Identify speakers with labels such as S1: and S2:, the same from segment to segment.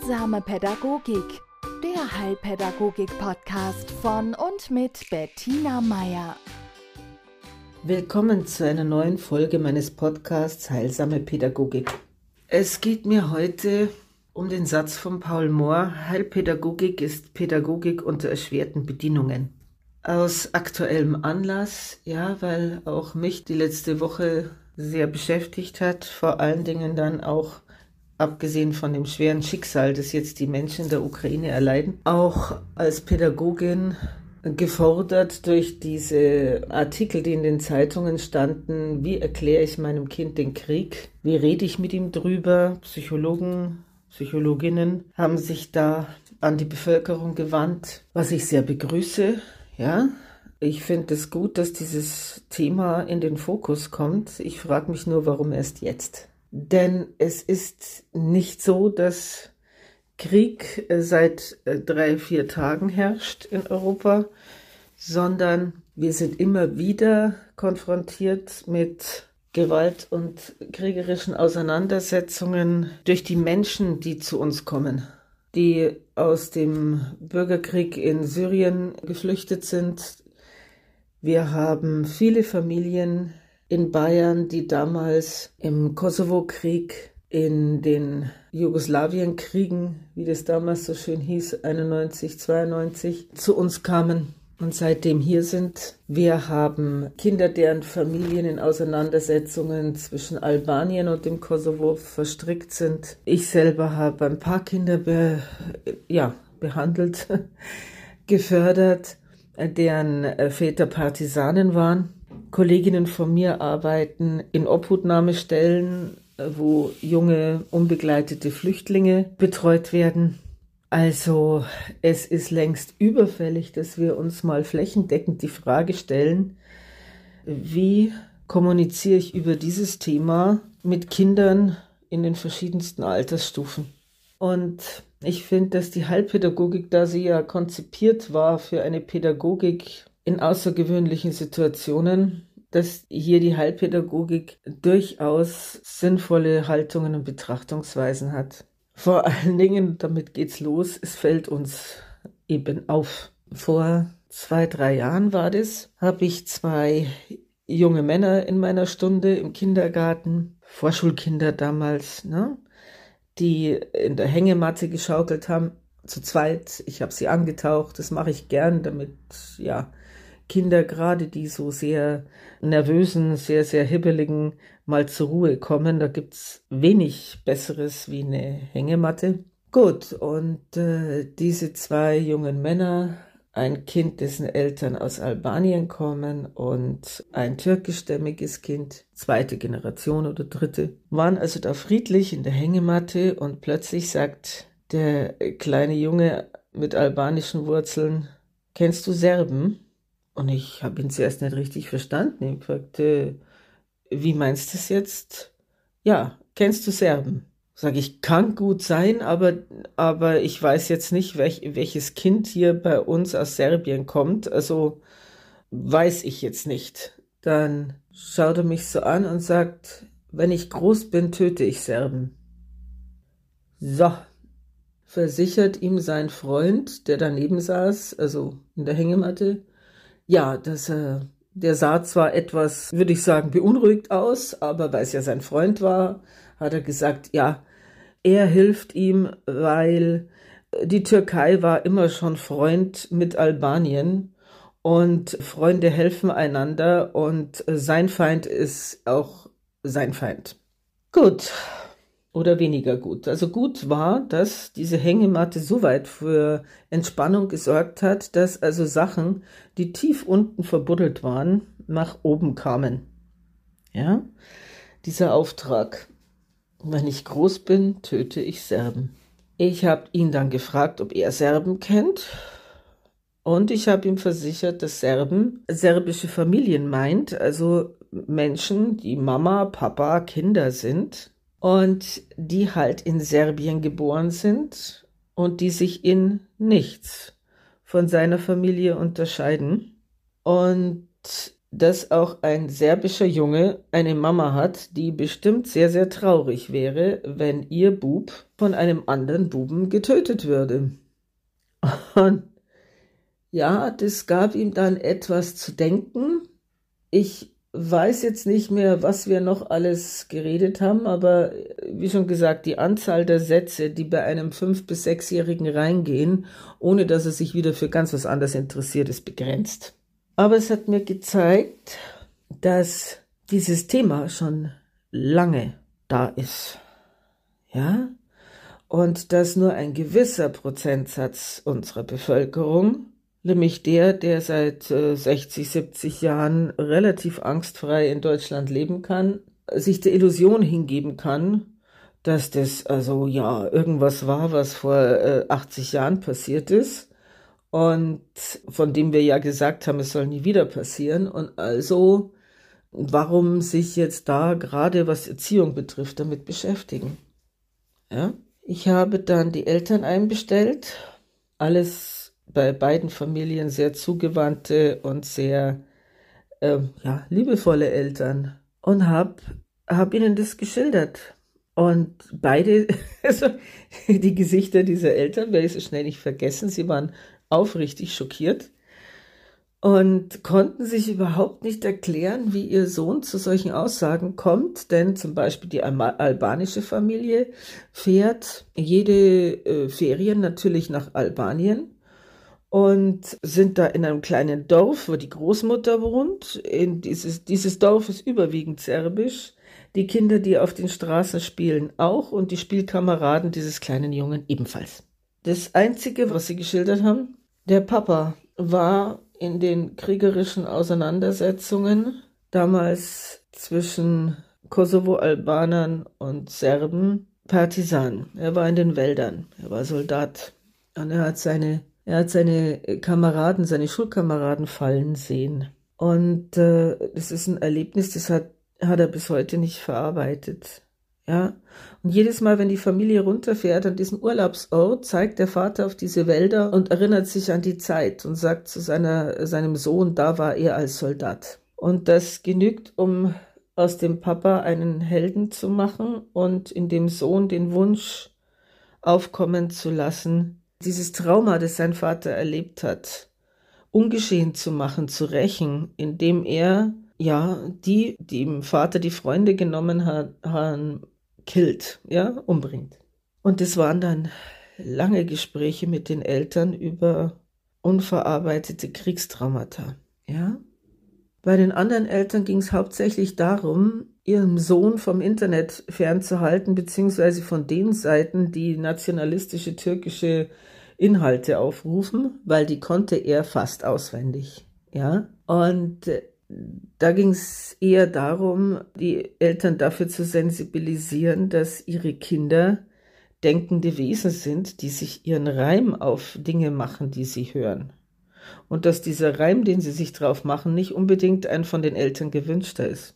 S1: Heilsame Pädagogik, der Heilpädagogik-Podcast von und mit Bettina Meier.
S2: Willkommen zu einer neuen Folge meines Podcasts Heilsame Pädagogik. Es geht mir heute um den Satz von Paul Mohr: Heilpädagogik ist Pädagogik unter erschwerten Bedingungen. Aus aktuellem Anlass, weil auch mich die letzte Woche sehr beschäftigt hat, vor allen Dingen dann auch abgesehen von dem schweren Schicksal, das jetzt die Menschen in der Ukraine erleiden, auch als Pädagogin gefordert durch diese Artikel, die in den Zeitungen standen: Wie erkläre ich meinem Kind den Krieg? Wie rede ich mit ihm drüber? Psychologen, Psychologinnen haben sich da an die Bevölkerung gewandt, was ich sehr begrüße. Ich finde es gut, dass dieses Thema in den Fokus kommt. Ich frage mich nur, warum erst jetzt? Denn es ist nicht so, dass Krieg seit 3-4 Tagen herrscht in Europa, sondern wir sind immer wieder konfrontiert mit Gewalt und kriegerischen Auseinandersetzungen durch die Menschen, die zu uns kommen, die aus dem Bürgerkrieg in Syrien geflüchtet sind. Wir haben viele Familien in Bayern, die damals im Kosovo-Krieg, in den Jugoslawien-Kriegen, wie das damals so schön hieß, 91, 92, zu uns kamen und seitdem hier sind. Wir haben Kinder, deren Familien in Auseinandersetzungen zwischen Albanien und dem Kosovo verstrickt sind. Ich selber habe ein paar Kinder behandelt, gefördert, deren Väter Partisanen waren. Kolleginnen von mir arbeiten in Obhutnahmestellen, wo junge, unbegleitete Flüchtlinge betreut werden. Also es ist längst überfällig, dass wir uns mal flächendeckend die Frage stellen: Wie kommuniziere ich über dieses Thema mit Kindern in den verschiedensten Altersstufen? Und ich finde, dass die Heilpädagogik, da sie ja konzipiert war für eine Pädagogik in außergewöhnlichen Situationen, dass hier die Heilpädagogik durchaus sinnvolle Haltungen und Betrachtungsweisen hat. Vor allen Dingen, damit geht's los, es fällt uns eben auf. Vor 2-3 Jahren war das, habe ich 2 junge Männer in meiner Stunde im Kindergarten, Vorschulkinder damals, die in der Hängematte geschaukelt haben, zu zweit. Ich habe sie angetaucht, das mache ich gern, damit Kinder, gerade die so sehr nervösen, sehr, sehr hibbeligen, mal zur Ruhe kommen. Da gibt's wenig Besseres wie eine Hängematte. Gut, und diese 2 jungen Männer, ein Kind, dessen Eltern aus Albanien kommen, und ein türkischstämmiges Kind, 2. Generation oder 3., waren also da friedlich in der Hängematte, und plötzlich sagt der kleine Junge mit albanischen Wurzeln: Kennst du Serben? Und ich habe ihn zuerst nicht richtig verstanden. Ich fragte: Wie meinst du das jetzt? Ja, kennst du Serben? Sage ich: Kann gut sein, aber ich weiß jetzt nicht, welches Kind hier bei uns aus Serbien kommt. Also weiß ich jetzt nicht. Dann schaut er mich so an und sagt: Wenn ich groß bin, töte ich Serben. So, versichert ihm sein Freund, der daneben saß, also in der Hängematte, der sah zwar etwas, würde ich sagen, beunruhigt aus, aber weil es ja sein Freund war, hat er gesagt, er hilft ihm, weil die Türkei war immer schon Freund mit Albanien und Freunde helfen einander und sein Feind ist auch sein Feind. Gut. Oder weniger gut. Also gut war, dass diese Hängematte so weit für Entspannung gesorgt hat, dass also Sachen, die tief unten verbuddelt waren, nach oben kamen. Dieser Auftrag: Wenn ich groß bin, töte ich Serben. Ich habe ihn dann gefragt, ob er Serben kennt. Und ich habe ihm versichert, dass Serben serbische Familien meint, also Menschen, die Mama, Papa, Kinder sind. Und die halt in Serbien geboren sind und die sich in nichts von seiner Familie unterscheiden. Und dass auch ein serbischer Junge eine Mama hat, die bestimmt sehr, sehr traurig wäre, wenn ihr Bub von einem anderen Buben getötet würde. Und ja, das gab ihm dann etwas zu denken. Ich weiß jetzt nicht mehr, was wir noch alles geredet haben, aber wie schon gesagt, die Anzahl der Sätze, die bei einem 5- bis 6-Jährigen reingehen, ohne dass er sich wieder für ganz was anderes interessiert, ist begrenzt. Aber es hat mir gezeigt, dass dieses Thema schon lange da ist. Ja? Und dass nur ein gewisser Prozentsatz unserer Bevölkerung, nämlich der seit 60, 70 Jahren relativ angstfrei in Deutschland leben kann, sich der Illusion hingeben kann, dass das also ja irgendwas war, was vor 80 Jahren passiert ist und von dem wir ja gesagt haben, es soll nie wieder passieren. Und also, warum sich jetzt da gerade was Erziehung betrifft, damit beschäftigen? Ja? Ich habe dann die Eltern einbestellt, alles bei beiden Familien sehr zugewandte und sehr liebevolle Eltern und hab ihnen das geschildert. Und beide, also die Gesichter dieser Eltern werde ich so schnell nicht vergessen, sie waren aufrichtig schockiert und konnten sich überhaupt nicht erklären, wie ihr Sohn zu solchen Aussagen kommt, denn zum Beispiel die albanische Familie fährt jede Ferien natürlich nach Albanien und sind da in einem kleinen Dorf, wo die Großmutter wohnt. Dieses Dorf ist überwiegend serbisch. Die Kinder, die auf den Straßen spielen, auch und die Spielkameraden dieses kleinen Jungen ebenfalls. Das Einzige, was sie geschildert haben, der Papa war in den kriegerischen Auseinandersetzungen damals zwischen Kosovo-Albanern und Serben Partisan. Er war in den Wäldern, er war Soldat und er hat seine Kameraden, seine Schulkameraden fallen sehen. Und das ist ein Erlebnis, das hat er bis heute nicht verarbeitet. Ja, und jedes Mal, wenn die Familie runterfährt an diesen Urlaubsort, zeigt der Vater auf diese Wälder und erinnert sich an die Zeit und sagt zu seinem Sohn, da war er als Soldat. Und das genügt, um aus dem Papa einen Helden zu machen und in dem Sohn den Wunsch aufkommen zu lassen, dieses Trauma, das sein Vater erlebt hat, ungeschehen zu machen, zu rächen, indem er die dem Vater die Freunde genommen haben, killt, umbringt. Und es waren dann lange Gespräche mit den Eltern über unverarbeitete Kriegstraumata, ja. Bei den anderen Eltern ging es hauptsächlich darum, ihren Sohn vom Internet fernzuhalten, beziehungsweise von den Seiten, die nationalistische türkische Inhalte aufrufen, weil die konnte er fast auswendig, ja. Und da ging es eher darum, die Eltern dafür zu sensibilisieren, dass ihre Kinder denkende Wesen sind, die sich ihren Reim auf Dinge machen, die sie hören. Und dass dieser Reim, den sie sich drauf machen, nicht unbedingt ein von den Eltern gewünschter ist.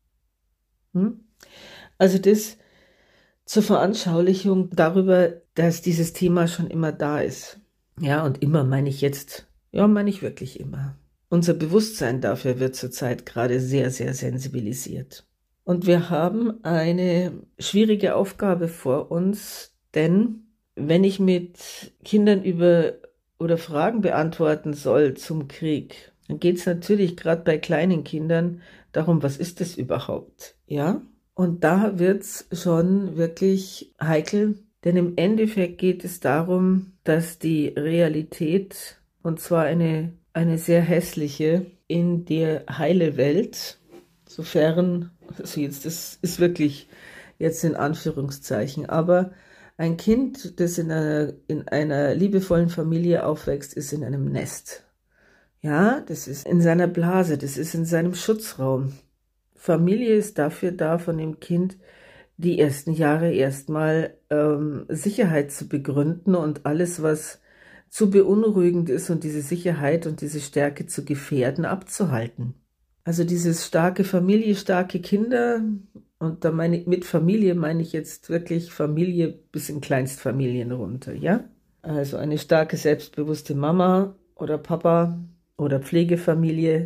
S2: Also das zur Veranschaulichung darüber, dass dieses Thema schon immer da ist. Ja, und immer meine ich jetzt, meine ich wirklich immer. Unser Bewusstsein dafür wird zurzeit gerade sehr, sehr sensibilisiert. Und wir haben eine schwierige Aufgabe vor uns, denn wenn ich mit Kindern oder Fragen beantworten soll zum Krieg, dann geht es natürlich gerade bei kleinen Kindern darum, was ist das überhaupt, ja? Und da wird es schon wirklich heikel, denn im Endeffekt geht es darum, dass die Realität, und zwar eine sehr hässliche, in der heile Welt, sofern, also jetzt, das ist wirklich jetzt in Anführungszeichen, aber ein Kind, das in einer liebevollen Familie aufwächst, ist in einem Nest. Ja, das ist in seiner Blase, das ist in seinem Schutzraum. Familie ist dafür da, von dem Kind die ersten Jahre erstmal Sicherheit zu begründen und alles, was zu beunruhigend ist und diese Sicherheit und diese Stärke zu gefährden, abzuhalten. Also dieses starke Familie, starke Kinder, und da mit Familie meine ich jetzt wirklich Familie bis in Kleinstfamilien runter, ja? Also eine starke, selbstbewusste Mama oder Papa oder Pflegefamilie,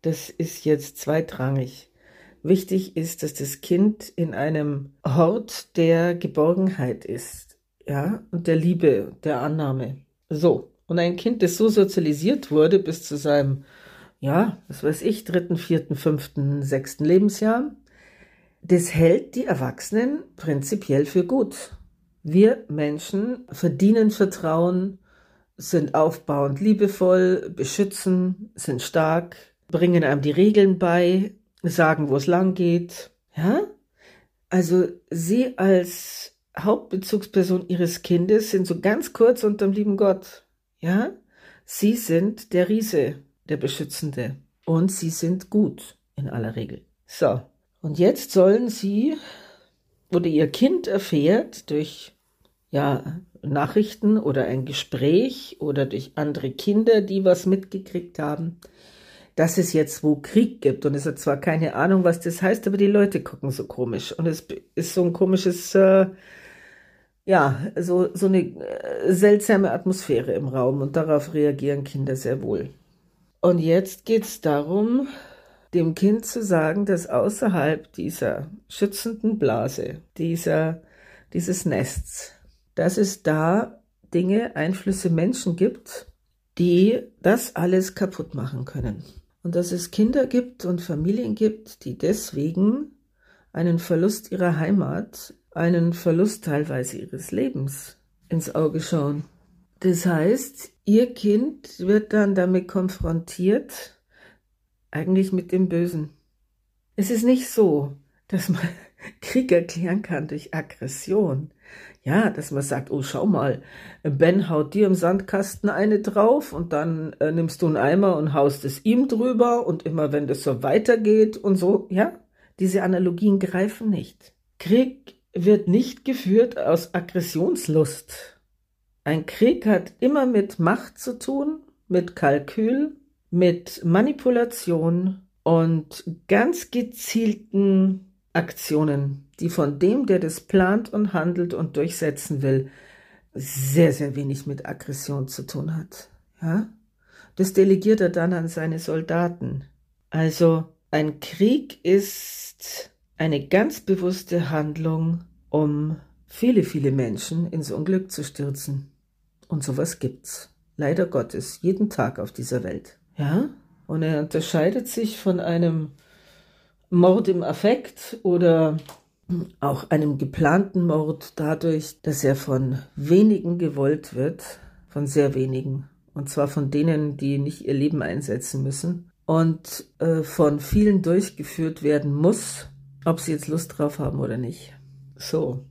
S2: das ist jetzt zweitrangig. Wichtig ist, dass das Kind in einem Hort der Geborgenheit ist, ja, und der Liebe, der Annahme. So, und ein Kind, das so sozialisiert wurde bis zu seinem, ja, was weiß ich, 3., 4., 5., 6. Lebensjahr, das hält die Erwachsenen prinzipiell für gut. Wir Menschen verdienen Vertrauen, sind aufbauend liebevoll, beschützen, sind stark, bringen einem die Regeln bei, sagen, wo es lang geht. Ja? Also Sie als Hauptbezugsperson Ihres Kindes sind so ganz kurz unterm lieben Gott. Ja? Sie sind der Riese, der Beschützende. Und Sie sind gut in aller Regel. So, und jetzt sollen Sie, oder Ihr Kind erfährt durch Nachrichten oder ein Gespräch oder durch andere Kinder, die was mitgekriegt haben, dass es jetzt wo Krieg gibt. Und es hat zwar keine Ahnung, was das heißt, aber die Leute gucken so komisch. Und es ist so ein komisches, so eine seltsame Atmosphäre im Raum. Und darauf reagieren Kinder sehr wohl. Und jetzt geht es darum, dem Kind zu sagen, dass außerhalb dieser schützenden Blase, dieses Nests, dass es da Dinge, Einflüsse, Menschen gibt, die das alles kaputt machen können. Und dass es Kinder gibt und Familien gibt, die deswegen einen Verlust ihrer Heimat, einen Verlust teilweise ihres Lebens ins Auge schauen. Das heißt, ihr Kind wird dann damit konfrontiert, eigentlich mit dem Bösen. Es ist nicht so, dass man Krieg erklären kann durch Aggression. Ja, dass man sagt, oh, schau mal, Ben haut dir im Sandkasten eine drauf und dann nimmst du einen Eimer und haust es ihm drüber und immer wenn das so weitergeht und so, ja, diese Analogien greifen nicht. Krieg wird nicht geführt aus Aggressionslust. Ein Krieg hat immer mit Macht zu tun, mit Kalkül, mit Manipulation und ganz gezielten Aktionen, die von dem, der das plant und handelt und durchsetzen will, sehr, sehr wenig mit Aggression zu tun hat. Ja? Das delegiert er dann an seine Soldaten. Also ein Krieg ist eine ganz bewusste Handlung, um viele, viele Menschen ins Unglück zu stürzen. Und sowas gibt's. Leider Gottes, jeden Tag auf dieser Welt. Ja? Und er unterscheidet sich von einem Mord im Affekt oder auch einem geplanten Mord dadurch, dass er von wenigen gewollt wird, von sehr wenigen. Und zwar von denen, die nicht ihr Leben einsetzen müssen und von vielen durchgeführt werden muss, ob sie jetzt Lust drauf haben oder nicht. So.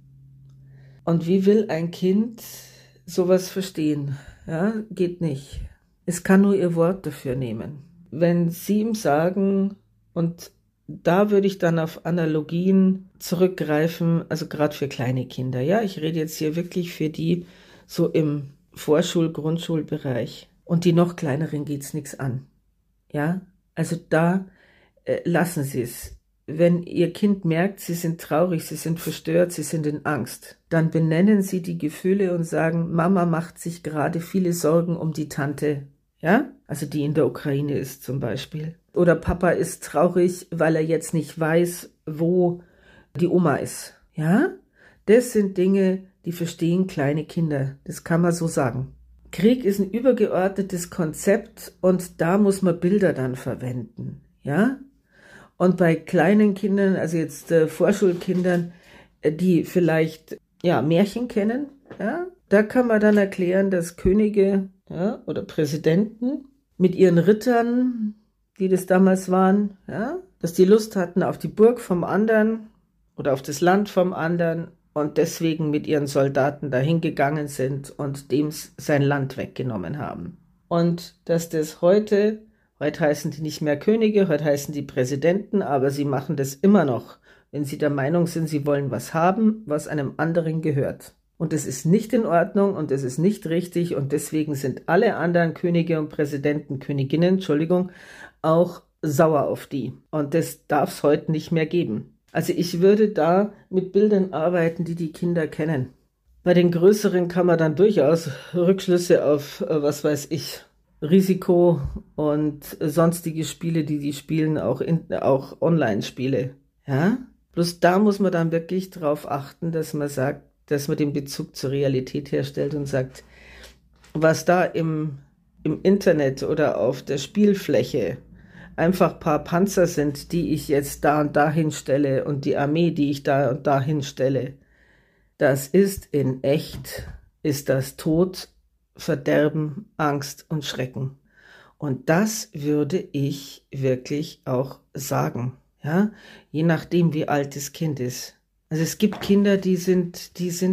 S2: Und wie will ein Kind sowas verstehen? Ja, geht nicht. Es kann nur ihr Wort dafür nehmen. Wenn Sie ihm sagen, und da würde ich dann auf Analogien zurückgreifen, also gerade für kleine Kinder. Ja, ich rede jetzt hier wirklich für die so im Vorschul-Grundschulbereich. Und die noch kleineren geht's nichts an. Ja, also da lassen Sie es. Wenn Ihr Kind merkt, Sie sind traurig, Sie sind verstört, Sie sind in Angst, dann benennen Sie die Gefühle und sagen, Mama macht sich gerade viele Sorgen um die Tante. Ja, also die in der Ukraine ist zum Beispiel. Oder Papa ist traurig, weil er jetzt nicht weiß, wo die Oma ist. Ja, das sind Dinge, die verstehen kleine Kinder. Das kann man so sagen. Krieg ist ein übergeordnetes Konzept und da muss man Bilder dann verwenden. Ja, und bei kleinen Kindern, also jetzt Vorschulkindern, die vielleicht Märchen kennen, ja, da kann man dann erklären, dass Könige oder Präsidenten mit ihren Rittern, die das damals waren, ja, dass die Lust hatten auf die Burg vom anderen oder auf das Land vom anderen und deswegen mit ihren Soldaten dahin gegangen sind und dem sein Land weggenommen haben. Und dass das heute heißen die nicht mehr Könige, heute heißen die Präsidenten, aber sie machen das immer noch, wenn sie der Meinung sind, sie wollen was haben, was einem anderen gehört. Und das ist nicht in Ordnung und das ist nicht richtig und deswegen sind alle anderen Könige und Präsidenten, Königinnen, auch sauer auf die. Und das darf es heute nicht mehr geben. Also ich würde da mit Bildern arbeiten, die die Kinder kennen. Bei den größeren kann man dann durchaus Rückschlüsse auf, was weiß ich, Risiko und sonstige Spiele, die spielen, auch Online-Spiele. Ja? Bloß da muss man dann wirklich drauf achten, dass man sagt, dass man den Bezug zur Realität herstellt und sagt, was da im Internet oder auf der Spielfläche einfach ein paar Panzer sind, die ich jetzt da und da hinstelle und die Armee, die ich da und da hinstelle, das ist in echt, ist das Tod, Verderben, Angst und Schrecken. Und das würde ich wirklich auch sagen, ja, je nachdem, wie alt das Kind ist. Also es gibt Kinder, die sind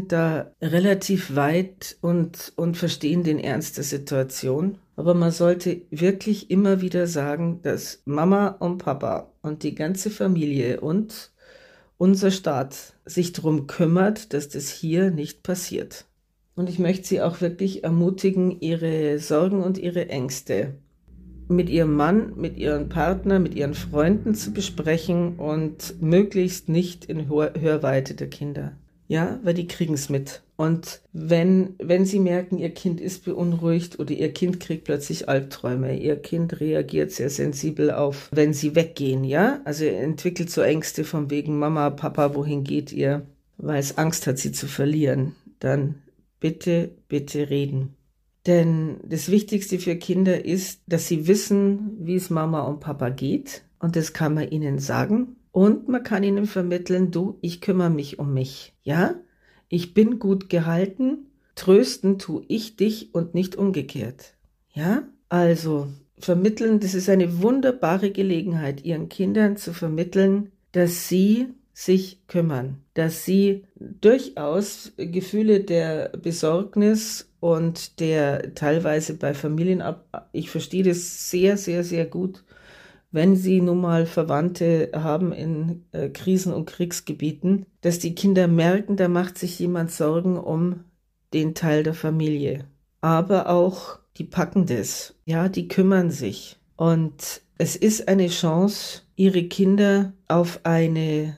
S2: da relativ weit und verstehen den Ernst der Situation. Aber man sollte wirklich immer wieder sagen, dass Mama und Papa und die ganze Familie und unser Staat sich darum kümmert, dass das hier nicht passiert. Und ich möchte Sie auch wirklich ermutigen, Ihre Sorgen und Ihre Ängste mit Ihrem Mann, mit Ihrem Partner, mit Ihren Freunden zu besprechen und möglichst nicht in Hörweite der Kinder. Ja, weil die kriegen es mit. Und wenn Sie merken, Ihr Kind ist beunruhigt oder Ihr Kind kriegt plötzlich Albträume, Ihr Kind reagiert sehr sensibel auf, wenn Sie weggehen, ja? Also er entwickelt so Ängste von wegen Mama, Papa, wohin geht ihr? Weil es Angst hat, sie zu verlieren. Dann bitte, bitte reden. Denn das Wichtigste für Kinder ist, dass sie wissen, wie es Mama und Papa geht. Und das kann man ihnen sagen. Und man kann ihnen vermitteln, du, ich kümmere mich um mich. Ja, ich bin gut gehalten. Trösten tue ich dich und nicht umgekehrt. Ja, also vermitteln, das ist eine wunderbare Gelegenheit, ihren Kindern zu vermitteln, dass sie sich kümmern, dass sie durchaus Gefühle der Besorgnis und der teilweise bei Familien ich verstehe das sehr, sehr, sehr gut, wenn sie nun mal Verwandte haben in Krisen- und Kriegsgebieten, dass die Kinder merken, da macht sich jemand Sorgen um den Teil der Familie. Aber auch die packen das, ja, die kümmern sich. Und es ist eine Chance, ihre Kinder auf eine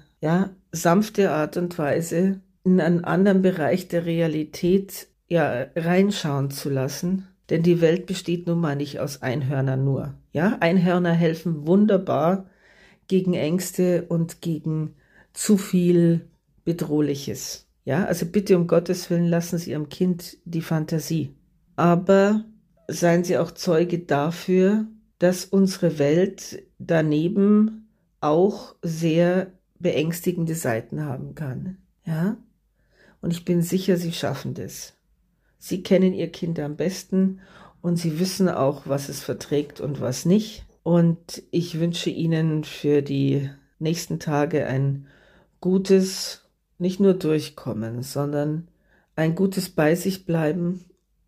S2: sanfte Art und Weise in einen anderen Bereich der Realität reinschauen zu lassen. Denn die Welt besteht nun mal nicht aus Einhörnern nur. Ja, Einhörner helfen wunderbar gegen Ängste und gegen zu viel Bedrohliches. Ja, also bitte um Gottes Willen lassen Sie Ihrem Kind die Fantasie. Aber seien Sie auch Zeuge dafür, dass unsere Welt daneben auch sehr beängstigende Seiten haben kann. Ja? Und ich bin sicher, Sie schaffen das. Sie kennen Ihr Kind am besten und Sie wissen auch, was es verträgt und was nicht. Und ich wünsche Ihnen für die nächsten Tage ein gutes, nicht nur Durchkommen, sondern ein gutes bei sich bleiben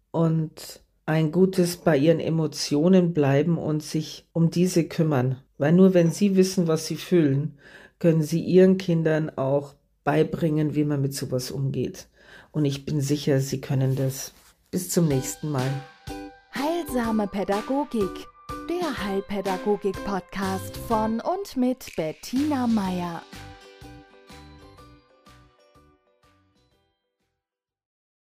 S2: und ein gutes bei Ihren Emotionen bleiben und sich um diese kümmern. Weil nur wenn Sie wissen, was Sie fühlen, können Sie Ihren Kindern auch beibringen, wie man mit sowas umgeht. Und ich bin sicher, Sie können das. Bis zum nächsten Mal.
S1: Heilsame Pädagogik, der Heilpädagogik-Podcast von und mit Bettina Meier.